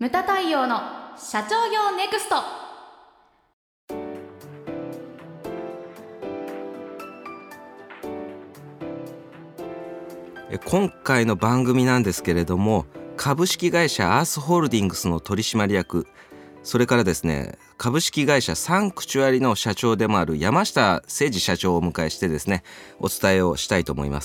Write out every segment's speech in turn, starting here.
ムタ太陽の社長業ネクスト。 今回の番組なんですけれども、株式会社アースホールディングスの取締役、それからですね、株式会社サンクチュアリの社長でもある山下誠二社長をお迎えしてですね、お伝えをしたいと思います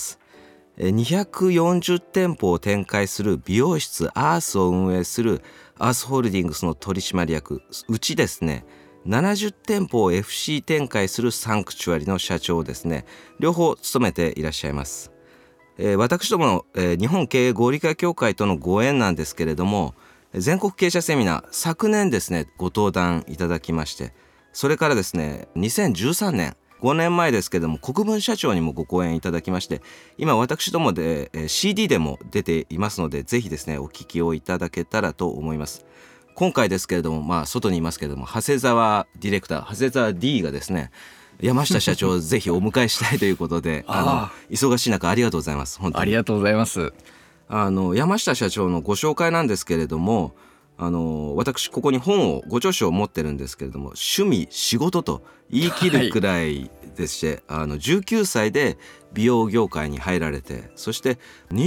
。240店舗を展開する美容室アースを運営するアースホールディングスの取締役、うちですね70店舗を FC 展開するサンクチュアリの社長をですね、両方務めていらっしゃいます。私どもの、日本経営合理化協会とのご縁なんですけれども、全国経営者セミナー昨年ですねご登壇いただきまして、それからですね2013年5年前ですけれども国分社長にもご講演いただきまして、今私どもで CD でも出ていますので、ぜひですねお聞きをいただけたらと思います。今回ですけれども、外にいますけれども長谷沢ディレクター、長谷沢 D がですね山下社長をぜひお迎えしたいということで忙しい中ありがとうございます。本当にありがとうございます。 山下社長のご紹介なんですけれども、私ここにご著書を持ってるんですけれども、趣味仕事と言い切るくらいでして、19歳で美容業界に入られて、そして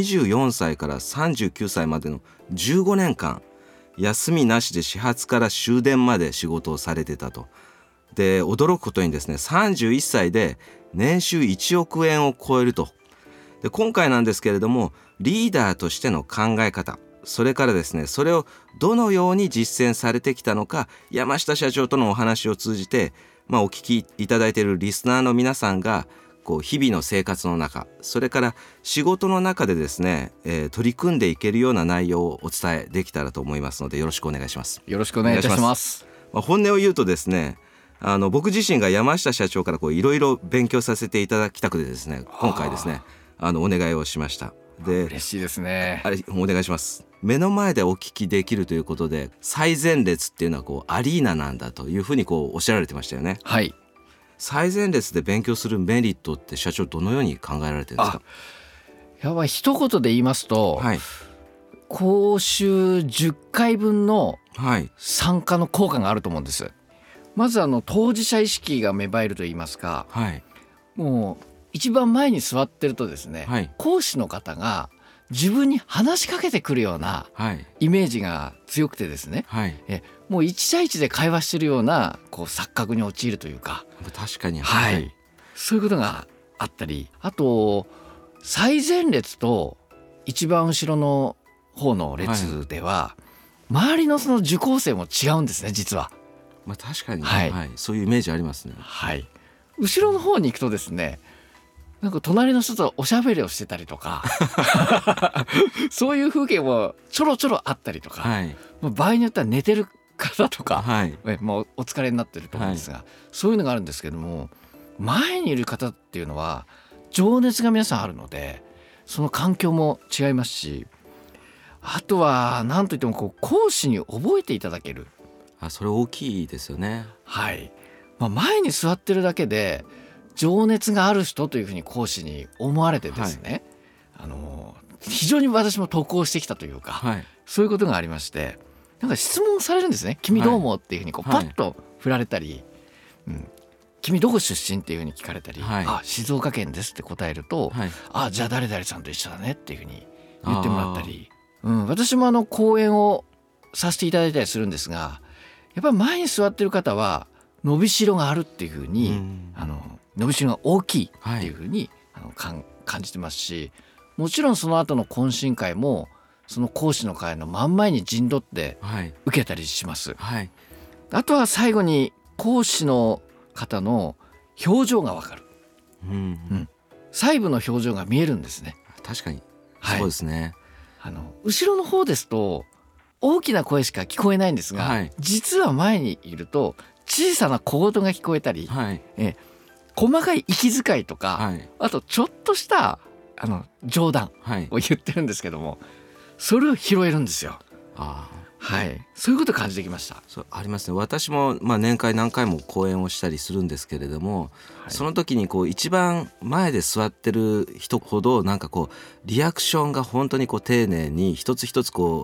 24歳から39歳までの15年間休みなしで始発から終電まで仕事をされてたと。で、驚くことにですね31歳で年収1億円を超えると。で、今回なんですけれども、リーダーとしての考え方、それからですねそれをどのように実践されてきたのか、山下社長とのお話を通じて、お聞きいただいているリスナーの皆さんが日々の生活の中、それから仕事の中でですね、取り組んでいけるような内容をお伝えできたらと思いますので、よろしくお願いします。 よろしくお願いいたします。 本音を言うとですね、僕自身が山下社長からいろいろ勉強させていただきたくてですね、今回ですねお願いをしました。で、 嬉しいですね。 お願いします。目の前でお聞きできるということで、最前列っていうのはアリーナなんだというふうにおっしゃられてましたよね。 はい。 最前列で勉強するメリットって社長どのように考えられてるんですか？ やばい、一言で言いますと、 はい、 講習10回分の参加の効果があると思うんです。まず当事者意識が芽生えると言いますか、 はい、 もう一番前に座ってるとですね、 はい、 講師の方が自分に話しかけてくるようなイメージが強くてですね、 はい、 もう1対1で会話してるような錯覚に陥るというか、 確かに、 はい、そういうことがあったり、あと最前列と一番後ろの方の列では、周りのその受講生も違うんですね、実は。 確かに、 はいそういうイメージありますね。 はい、後ろの方に行くとですね、なんか隣の人とおしゃべりをしてたりとかそういう風景もちょろちょろあったりとか、 はい、 場合によっては寝てる方とか、 はい、 もうお疲れになってると思うんですが、そういうのがあるんですけども、前にいる方っていうのは情熱が皆さんあるので、その環境も違いますし、あとは何といっても講師に覚えていただける。 それ大きいですよね。 はい、前に座ってるだけで情熱がある人というふうに講師に思われてですね、非常に私も得をしてきたというか、そういうことがありまして、なんか質問されるんですね。君どう思うっていうふうにパッと振られたり、君どこ出身っていうふうに聞かれたり、静岡県ですって答えると、じゃあ誰々さんと一緒だねっていうふうに言ってもらったり、私も講演をさせていただいたりするんですが、やっぱり前に座ってる方は伸びしろがあるっていうふうに、伸びしろが大きいっていうふうに、感じてますし、もちろんその後の懇親会もその講師の会の真ん前に陣取って受けたりします。あとは最後に講師の方の表情が分かる、細部の表情が見えるんですね。 確かにそうですね。 後ろの方ですと大きな声しか聞こえないんですが、実は前にいると小さな小言が聞こえたり、細かい息遣いとか、あとちょっとした冗談を言ってるんですけども、それを拾えるんですよ。そういうことを感じてきました。 そうありますね。私も年会何回も講演をしたりするんですけれども、その時に一番前で座ってる人ほどリアクションが本当に丁寧に一つ一つ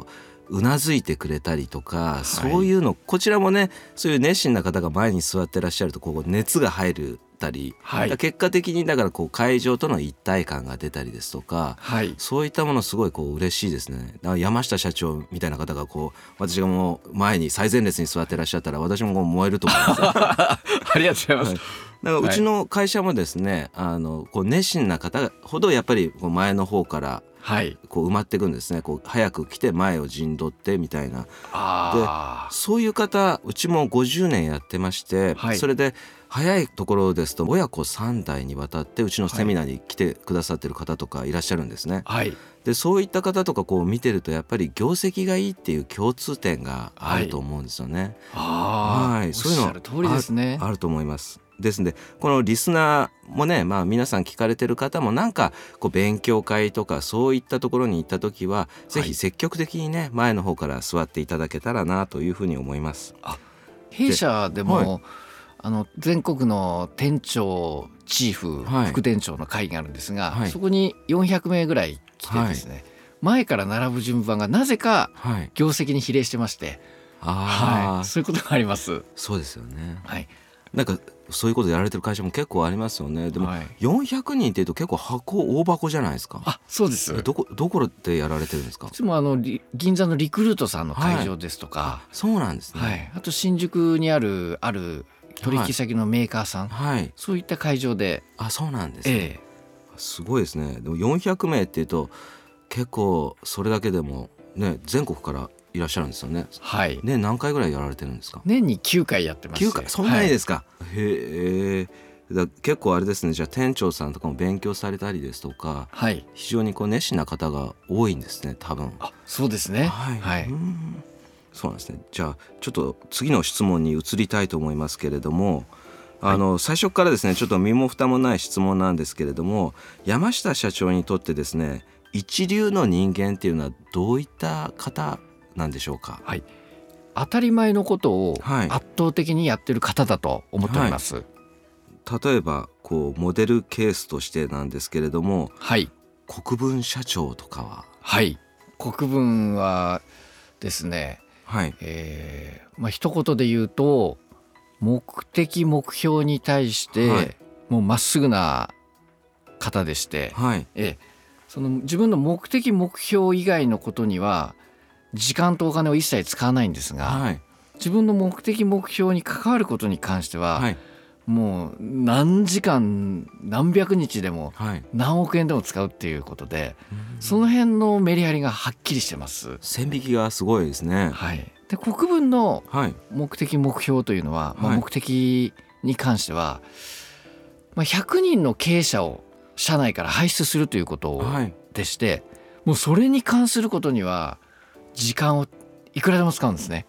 うなずいてくれたりとか、そういうのこちらもね、そういう熱心な方が前に座ってらっしゃるとこう熱が入るたり、結果的にだからこう会場との一体感が出たりですとか、そういったものすごいこう嬉しいですね。だから山下社長みたいな方がこう私がもう前に最前列に座ってらっしゃったら私もこう燃えると思いますありがとうございます、 だからうちの会社もですね、こう熱心な方ほどやっぱりこう前の方からこう埋まっていくんですね。こう早く来て前を陣取ってみたいな。でそういう方うちも50年やってまして、それで早いところですと親子3代にわたってうちのセミナーに来てくださってる方とかいらっしゃるんですね。でそういった方とかこう見てるとやっぱり業績がいいっていう共通点があると思うんですよね。そういうのおっしゃる通りですね。 あると思います。ですのでこのリスナーもね、皆さん聞かれてる方もなんかこう勉強会とかそういったところに行った時は、ぜひ積極的にね前の方から座っていただけたらなというふうに思います。 弊社でも全国の店長チーフ、副店長の会があるんですが、そこに400名ぐらい来てですね、前から並ぶ順番がなぜか業績に比例してまして、そういうことがあります。 そうですよね。なんかそういうことやられてる会社も結構ありますよね。でも400人っていうと結構大箱じゃないですか。 そうです。 どこでやられてるんですか？ いつも銀座のリクルートさんの会場ですとか、 そうなんですね。 あと新宿にある取引先のメーカーさん、そういった会場で。 そうなんですね。すごいですね。でも400名っていうと結構それだけでもね全国からいらっしゃるんですよね。年何回ぐらいやられてるんですか？ 年に9回やってます。 9回、そんなにですか？へえ。結構あれですね。じゃあ店長さんとかも勉強されたりですとか、非常にこう熱心な方が多いんですね多分。 そうですね。 そうなんですね。じゃあちょっと次の質問に移りたいと思いますけれども、最初からですねちょっと身も蓋もない質問なんですけれども、山下社長にとってですね一流の人間っていうのはどういった方なんでしょうか？ 当たり前のことを圧倒的にやってる方だと思っております。 例えばこうモデルケースとしてなんですけれども、国分社長とかは？ 国分はですね、一言で言うと目的目標に対してもうまっすぐな方でして、その自分の目的目標以外のことには時間とお金を一切使わないんですが、自分の目的目標に関わることに関しては、もう何時間何百日でも何億円でも使うっていうことで、その辺のメリハリがはっきりしてます。 線引きがすごいですね。 で国分の目的目標というのは、目的に関しては、100人の経営者を社内から輩出するということでして、もうそれに関することには時間をいくらでも使うんですね。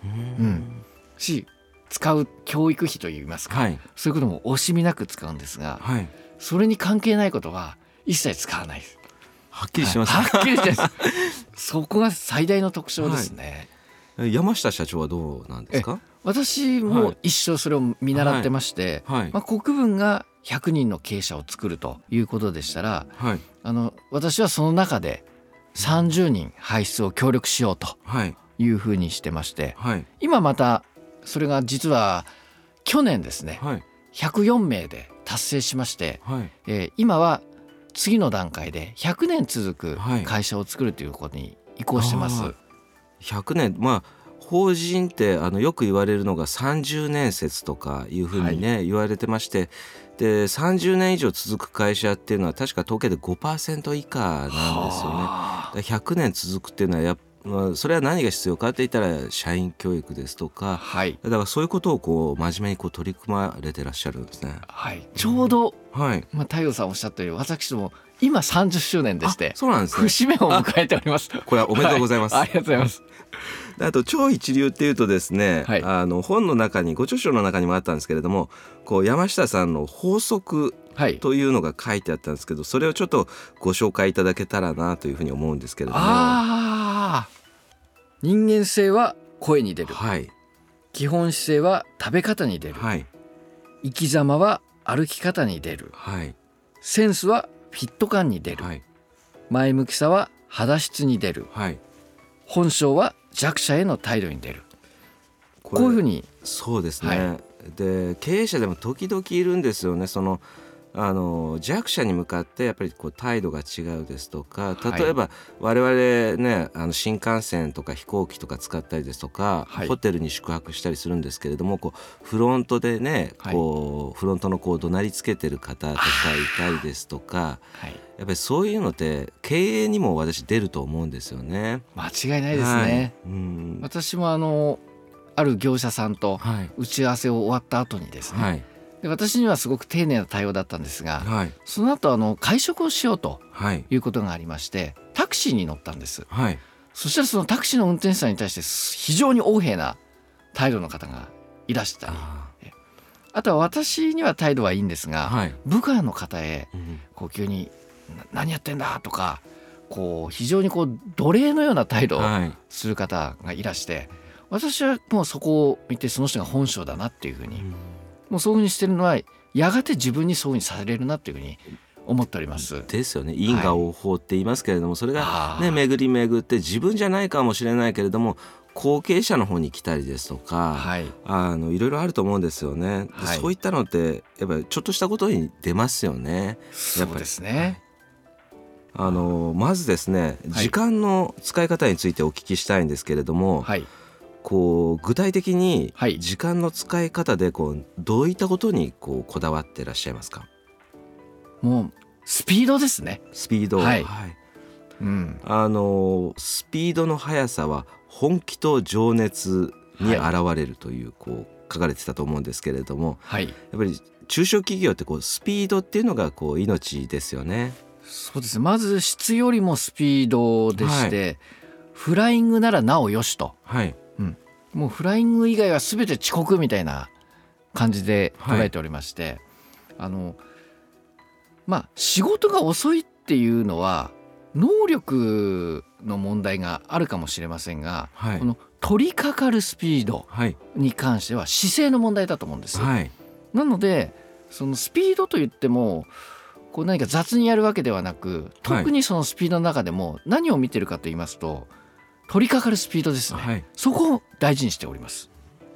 使う教育費といいますか、そういうことも惜しみなく使うんですが、それに関係ないことは一切使わないです。 はっきりしてます。 はっきりしてますそこが最大の特徴ですね。 山下社長はどうなんですか？ 私も一生それを見習ってまして、国分が100人の経営者を作るということでしたら、私はその中で30人輩出を協力しようというふうにしてまして、今またそれが実は去年ですね、104名で達成しまして、今は次の段階で100年続く会社を作るということに移行してます。 100年、法人ってよく言われるのが30年説とかいうふうにね、言われてまして、で30年以上続く会社っていうのは確か統計で 5% 以下なんですよね。100年続くっていうのはそれは何が必要かって言ったら社員教育ですとか、だからそういうことをこう真面目にこう取り組まれてらっしゃるんですね。 ちょうど、太陽さんおっしゃったように私ども今30周年でして、 そうなんですね、 節目を迎えております。 これはおめでとうございます。 ありがとうございます。 あと超一流っていうとですね、本の中にご著書の中にもあったんですけれども、こう山下さんの法則というのが書いてあったんですけど、それをちょっとご紹介いただけたらなというふうに思うんですけれども。 人間性は声に出る、基本姿勢は食べ方に出る、生き様は歩き方に出る、センスはフィット感に出る、前向きさは肌質に出る、本性は弱者への態度に出る、こういうふうに。 そうですね、で経営者でも時々いるんですよね。弱者に向かってやっぱりこう態度が違うですとか、例えば我々ね新幹線とか飛行機とか使ったりですとか、ホテルに宿泊したりするんですけれども、こうフロントでね、こうフロントのこう怒鳴りつけてる方とかいたりですとか、やっぱりそういうのって経営にも私出ると思うんですよね。 間違いないですね、私もある業者さんと打ち合わせを終わった後にですね、で私にはすごく丁寧な対応だったんですが、その後会食をしようということがありまして、タクシーに乗ったんです、そしたらそのタクシーの運転手さんに対して非常に横柄な態度の方がいらしたり、あとは私には態度はいいんですが、部下の方へこう急に何やってんだとか、こう非常にこう奴隷のような態度をする方がいらして、私はもうそこを見てその人が本性だなっていうふうに、もうそういうふうにしてるのはやがて自分にそういうふうにされるなっていうふうに思っております。 ですよね。因果応報って言いますけれども、それがね巡り巡って自分じゃないかもしれないけれども後継者の方に来たりですとか、いろいろあると思うんですよね。そういったのってやっぱりちょっとしたことに出ますよね。 そうですね。 まずですね、時間の使い方についてお聞きしたいんですけれども、こう具体的に時間の使い方でこうどういったことにこだわっていらっしゃいますか？ もうスピードですね。 スピード、スピードの速さは本気と情熱に現れるという、こう書かれてたと思うんですけれども、やっぱり中小企業ってこうスピードっていうのがこう命ですよね。 そうです。まず質よりもスピードでして、フライングならなおよしと、もうフライング以外は全て遅刻みたいな感じで捉えておりまして、仕事が遅いっていうのは能力の問題があるかもしれませんが、この取り掛かるスピードに関しては姿勢の問題だと思うんです、なのでそのスピードといってもこう何か雑にやるわけではなく、特にそのスピードの中でも何を見てるかと言いますと取り掛かるスピードですね、そこを大事にしております。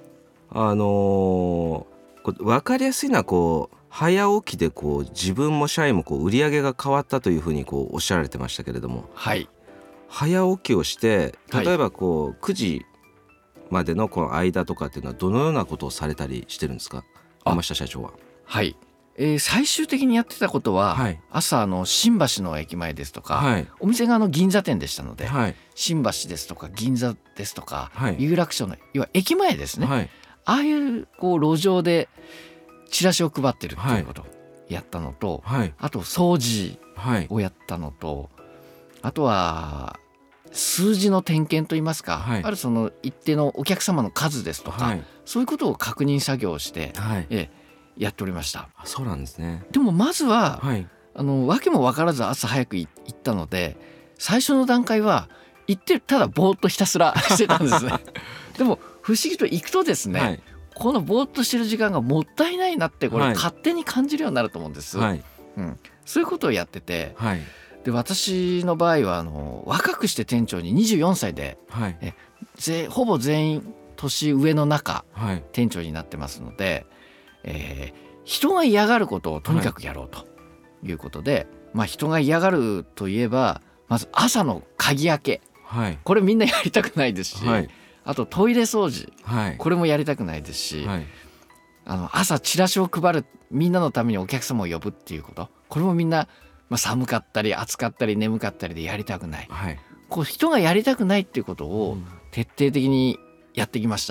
分かりやすいのはこう早起きでこう自分も社員もこう売り上げが変わったというふうにこうおっしゃられてましたけれども、早起きをして例えばこう9時までのこの間とかっていうのはどのようなことをされたりしてるんですか、山下社長は？ 最終的にやってたことは、朝新橋の駅前ですとか、お店が銀座店でしたので、新橋ですとか銀座ですとか、有楽町の要は駅前ですね、ああいうこう路上でチラシを配ってるっていうことをやったのと、あと掃除をやったのと、あとは数字の点検といいますか、あるその一定のお客様の数ですとか、そういうことを確認作業をして、やっておりました。 そうなんですね。 でもまずは、訳も分からず朝早く行ったので、最初の段階は行ってただぼーっとひたすらしてたんですねでも不思議と行くとですね、このぼーっとしてる時間がもったいないなってこれ勝手に感じるようになると思うんです、そういうことをやってて、で私の場合は若くして店長に24歳で、ほぼ全員年上の中、店長になってますので、人が嫌がることをとにかくやろうということで、人が嫌がるといえばまず朝の鍵開け、これみんなやりたくないですし、あとトイレ掃除、これもやりたくないですし、朝チラシを配る、みんなのためにお客様を呼ぶっていうこと、これもみんな、寒かったり暑かったり眠かったりでやりたくない、こう人がやりたくないっていうことを徹底的にやってきました。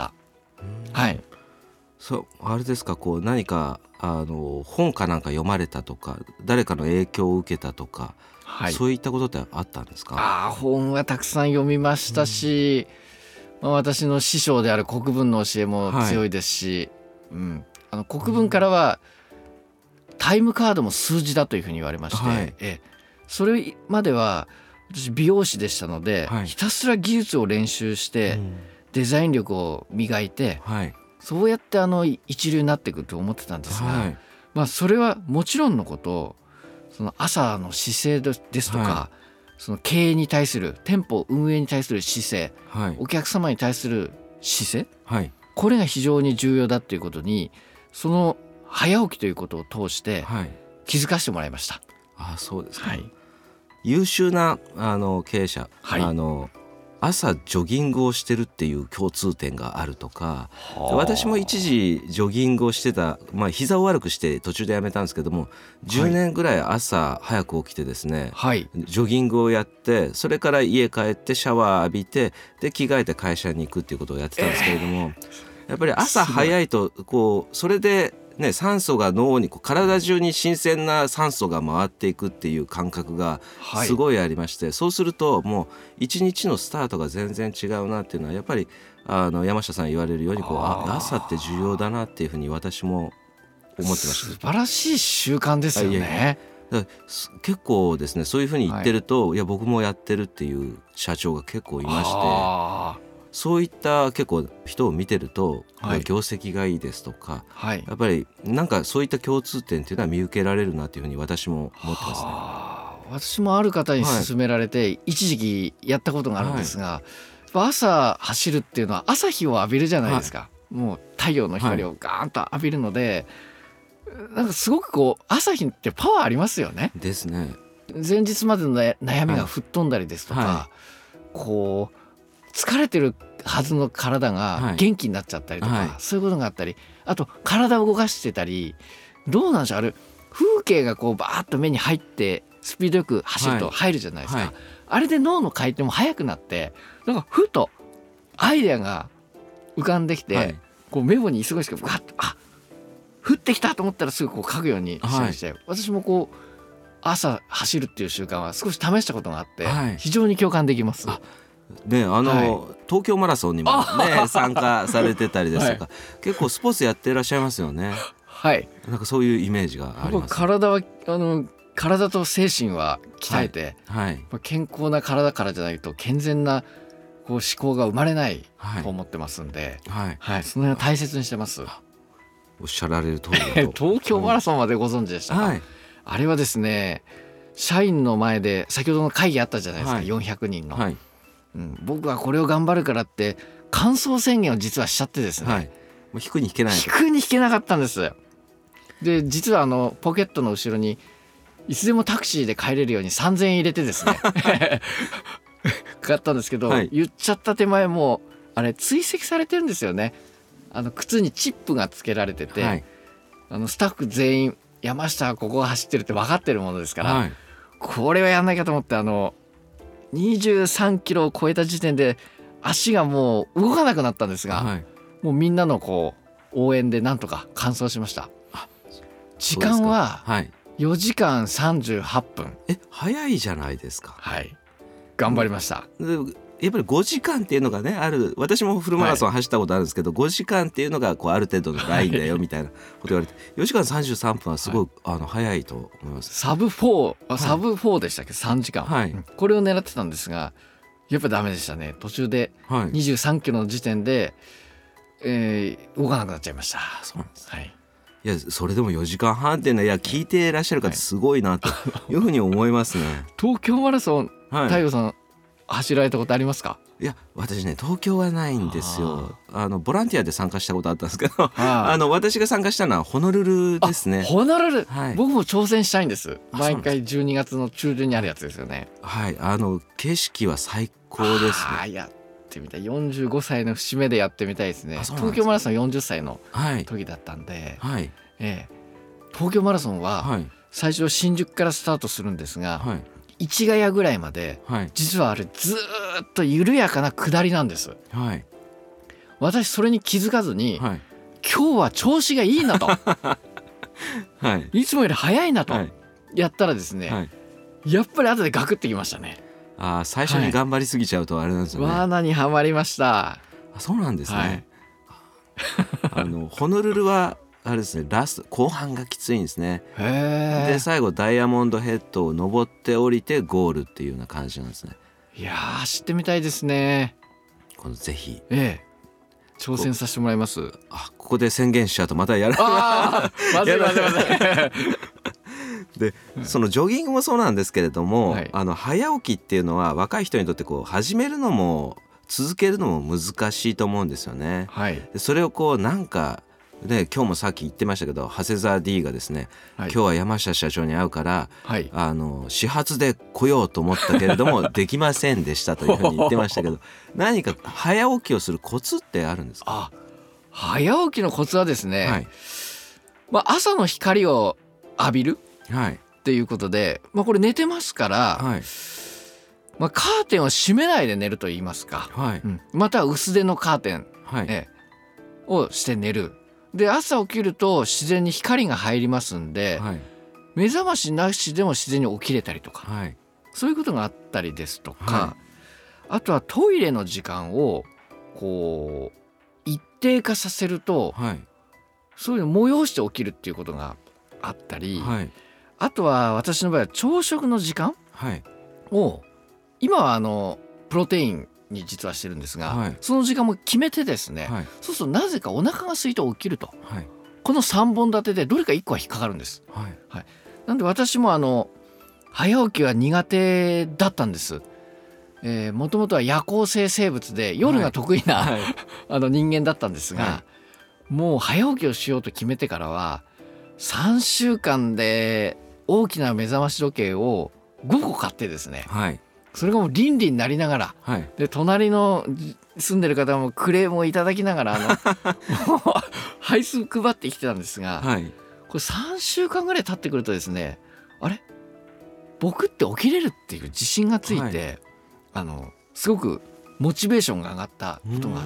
あれですか、こう何か本かなんか読まれたとか、誰かの影響を受けたとか、そういったことってあったんですか？ 本はたくさん読みましたし、私の師匠である国文の教えも強いですし、国文からはタイムカードも数字だというふうに言われまして、それまでは私美容師でしたので、ひたすら技術を練習して、デザイン力を磨いて、そうやって一流になっていくと思ってたんですが、それはもちろんのこと、その朝の姿勢ですとか、 その経営に対する、店舗運営に対する姿勢、 はい、 お客様に対する姿勢、 はい、 これが非常に重要だっていうことに、その早起きということを通して気づかせてもらいました。 あ、そうですか。 はい、 優秀な経営者、 はい、 朝ジョギングをしてるっていう共通点があるとか、私も一時ジョギングをしてた、膝を悪くして途中でやめたんですけども、10年ぐらい朝早く起きてですね、はい、ジョギングをやって、それから家帰ってシャワー浴びて、で着替えて会社に行くっていうことをやってたんですけれども、やっぱり朝早いとそれでね、酸素が脳に体中に新鮮な酸素が回っていくっていう感覚がすごいありまして、はい、そうするともう一日のスタートが全然違うなっていうのは、やっぱり山下さん言われるように朝って重要だなっていうふうに私も思ってました。 素晴らしい習慣ですよね。 結構ですね、そういうふうに言ってると、はい、いや僕もやってるっていう社長が結構いまして、そういった結構人を見てると、はい、業績がいいですとか、はい、やっぱりなんかそういった共通点っていうのは見受けられるなというふうに私も思ってますね。 私もある方に勧められて、一時期やったことがあるんですが、はい、朝走るっていうのは朝日を浴びるじゃないですか、はい、もう太陽の光をガーンと浴びるので、なんかすごく朝日ってパワーありますよね。 ですね。 前日までの悩みが吹っ飛んだりですとか、はい、疲れてるはずの体が元気になっちゃったりとか、はい、そういうことがあったり、あと体を動かしてたり、どうなんでしょう、あれ風景がバーッと目に入ってスピードよく走ると入るじゃないですか、はいはい、あれで脳の回転も速くなって、なんかふとアイデアが浮かんできて、はい、メモに忙しくガッと降ってきたと思ったらすぐ書くようにしたりして、はい、私も朝走るっていう習慣は少し試したことがあって、はい、非常に共感できます。 ね、はい、東京マラソンにも、ね、参加されてたりですとか、はい、結構スポーツやっていらっしゃいますよね。はい、なんかそういうイメージがあります。 体と精神は鍛えて、はいはい、健康な体からじゃないと健全な思考が生まれないと思ってますんで、はいはい、その辺を大切にしてます。 おっしゃられる通りだと東京マラソンまでご存知でしたか？はい、あれはですね、社員の前で先ほどの会議あったじゃないですか、はい、400人の、はい、僕はこれを頑張るからって完走宣言を実はしちゃってですね、はい、もう引くに引けない、 引くに引けなかったんです。で実はポケットの後ろにいつでもタクシーで帰れるように3000円入れてですね買ったんですけど、はい、言っちゃった手前もあれ追跡されてるんですよね。靴にチップがつけられてて、はい、スタッフ全員山下はここが走ってるって分かってるものですから、はい、これはやんなきゃと思って23キロを超えた時点で足がもう動かなくなったんですが、はい、もうみんなの応援でなんとか完走しました。時間は4時間38分。 早いじゃないですか。 はい、頑張りました。 やっぱり5時間っていうのがねある。私もフルマラソン走ったことあるんですけど、はい、5時間っていうのがある程度のラインだよみたいなこと言われて、4時間33分はすごい、早いと思います。 サブ4でしたっけ、3時間、はい、これを狙ってたんですがやっぱダメでしたね。途中で23キロの時点で、動かなくなっちゃいました。 そうなんです、はい、いやそれでも4時間半っていうのは聞いていらっしゃる方すごいなというふうに思いますね。 東京マラソン、太陽さん走られたことありますか？ いや私ね東京はないんですよ。ボランティアで参加したことあったんですけど私が参加したのはホノルルですね。 ホノルル、はい、僕も挑戦したいんです。毎回12月の中旬にあるやつですよね。 はい、景色は最高ですね。 やってみたい。45歳の節目でやってみたいですね。東京マラソン40歳の時だったんで、はい東京マラソンは最初新宿からスタートするんですが、はい、市ヶ谷ぐらいまで、はい、実はあれずっと緩やかな下りなんです、はい、私それに気づかずに、はい、今日は調子がいいなと、はい、いつもより早いなとやったらですね、はい、やっぱり後でガクってきましたね。 最初に頑張りすぎちゃうとあれなんですよね、はい、 罠にはまりました。 そうなんですね、はい、ホノルルはあれですね、ラスト後半がきついんですね。で最後ダイヤモンドヘッドを登って降りてゴールっていうような感じなんですね。 いや知ってみたいですね。 ぜひ、 挑戦させてもらいます。 ここで宣言しちゃうとまたやらまずいでそのジョギングもそうなんですけれども、 はい、 早起きっていうのは若い人にとってこう始めるのも続けるのも難しいと思うんですよね、 はい、 でそれをこうなんかね、今日もさっき言ってましたけど長谷沢 D がですね、はい、今日は山下社長に会うから、はい、始発で来ようと思ったけれどもできませんでしたというふうに言ってましたけど何か早起きをするコツってあるんですか？ 早起きのコツはですね、はい、朝の光を浴びるっていうことで、これ寝てますから、はい、カーテンを閉めないで寝ると言いますか、はい、または薄手のカーテン、はい、をして寝る。で朝起きると自然に光が入りますんで、はい、目覚ましなしでも自然に起きれたりとか、はい、そういうことがあったりですとか、はい、あとはトイレの時間をこう一定化させると、はい、そういうのを催して起きるっていうことがあったり、はい、あとは私の場合は朝食の時間を、今はプロテインに実はしてるんですが、はい、その時間も決めてですね、はい、そうするとなぜかお腹が空いて起きると、はい、この3本立てでどれか1個は引っかかるんです、はいはい、なんで私も早起きは苦手だったんです。もともとは夜行性生物で夜が得意な、はいはい、人間だったんですが、はい、もう早起きをしようと決めてからは3週間で大きな目覚まし時計を5個買ってですね、はい、それがもう倫理になりながら、はい、で隣の住んでる方もクレームをいただきながら配数配ってきてたんですが、はい、これ3週間ぐらい経ってくるとですね、あれ僕って起きれるっていう自信がついて、はい、すごくモチベーションが上がったことがあって、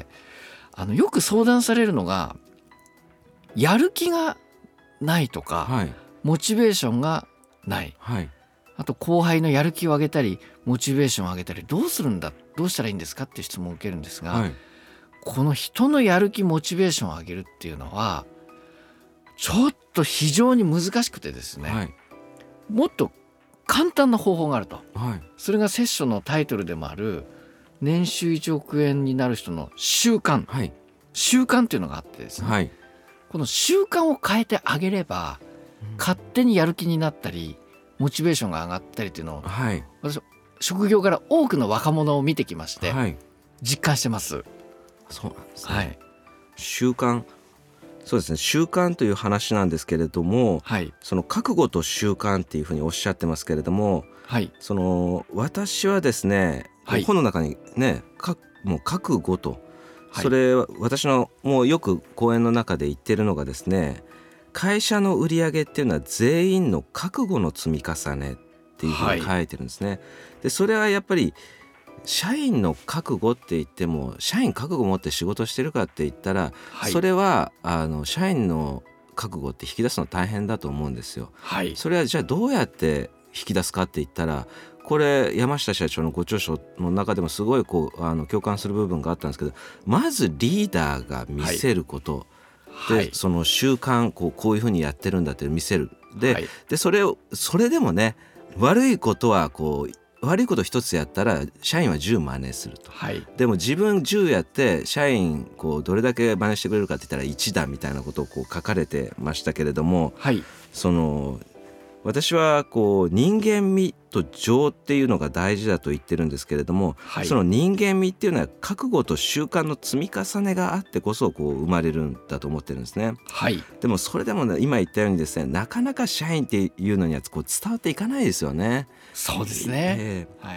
よく相談されるのがやる気がないとか、はい、モチベーションがない、はい、あと後輩のやる気を上げたりモチベーションを上げたりどうしたらいいんですかっていう質問を受けるんですが、はい、この人のやる気モチベーションを上げるっていうのはちょっと非常に難しくてですね、はい、もっと簡単な方法があると、はい、それがセッションのタイトルでもある年収1億円になる人の習慣、はい、習慣っていうのがあってですね、はい、この習慣を変えてあげれば、勝手にやる気になったりモチベーションが上がったりっていうのを、はい、私職業から多くの若者を見てきまして、はい、実感してます。 そうなんですね、はい、習慣、そうですね、習慣という話なんですけれども、はい、その覚悟と習慣っていうふうにおっしゃってますけれども、はい、私はですね、はい、本の中にねもう覚悟と、はい、それは私のもうよく講演の中で言ってるのがですね、会社の売り上げっていうのは全員の覚悟の積み重ねっていうふうに書いてるんですね、はい、でそれはやっぱり社員の覚悟って言っても社員覚悟を持って仕事してるかって言ったら、はい、それは社員の覚悟って引き出すの大変だと思うんですよ、はい、それはじゃあどうやって引き出すかって言ったら、これ山下社長のご著書の中でもすごい共感する部分があったんですけど、まずリーダーが見せること、はい、でその習慣こういうふうにやってるんだって見せる。でそれでもね、悪いこと一つやったら社員は10真似すると、はい、でも自分10やって社員どれだけ真似してくれるかって言ったら1だみたいなことを書かれてましたけれども、はい、私は人間味と情っていうのが大事だと言ってるんですけれども、はい、その人間味っていうのは覚悟と習慣の積み重ねがあってこそ生まれるんだと思ってるんですね、はい、でもそれでもね、今言ったようにですね、なかなか社員っていうのには伝わっていかないですよね。 そうですね、はい、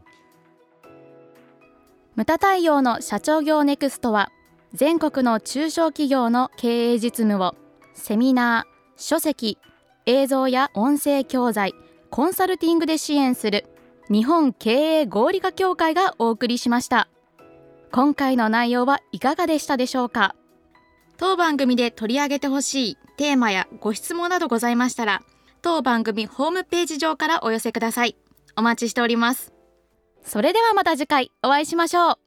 ムタ太陽の社長業ネクストは、全国の中小企業の経営実務をセミナー、書籍、映像や音声教材、コンサルティングで支援する日本経営合理化協会がお送りしました。今回の内容はいかがでしたでしょうか。当番組で取り上げてほしいテーマやご質問などございましたら、当番組ホームページ上からお寄せください。お待ちしております。それではまた次回お会いしましょう。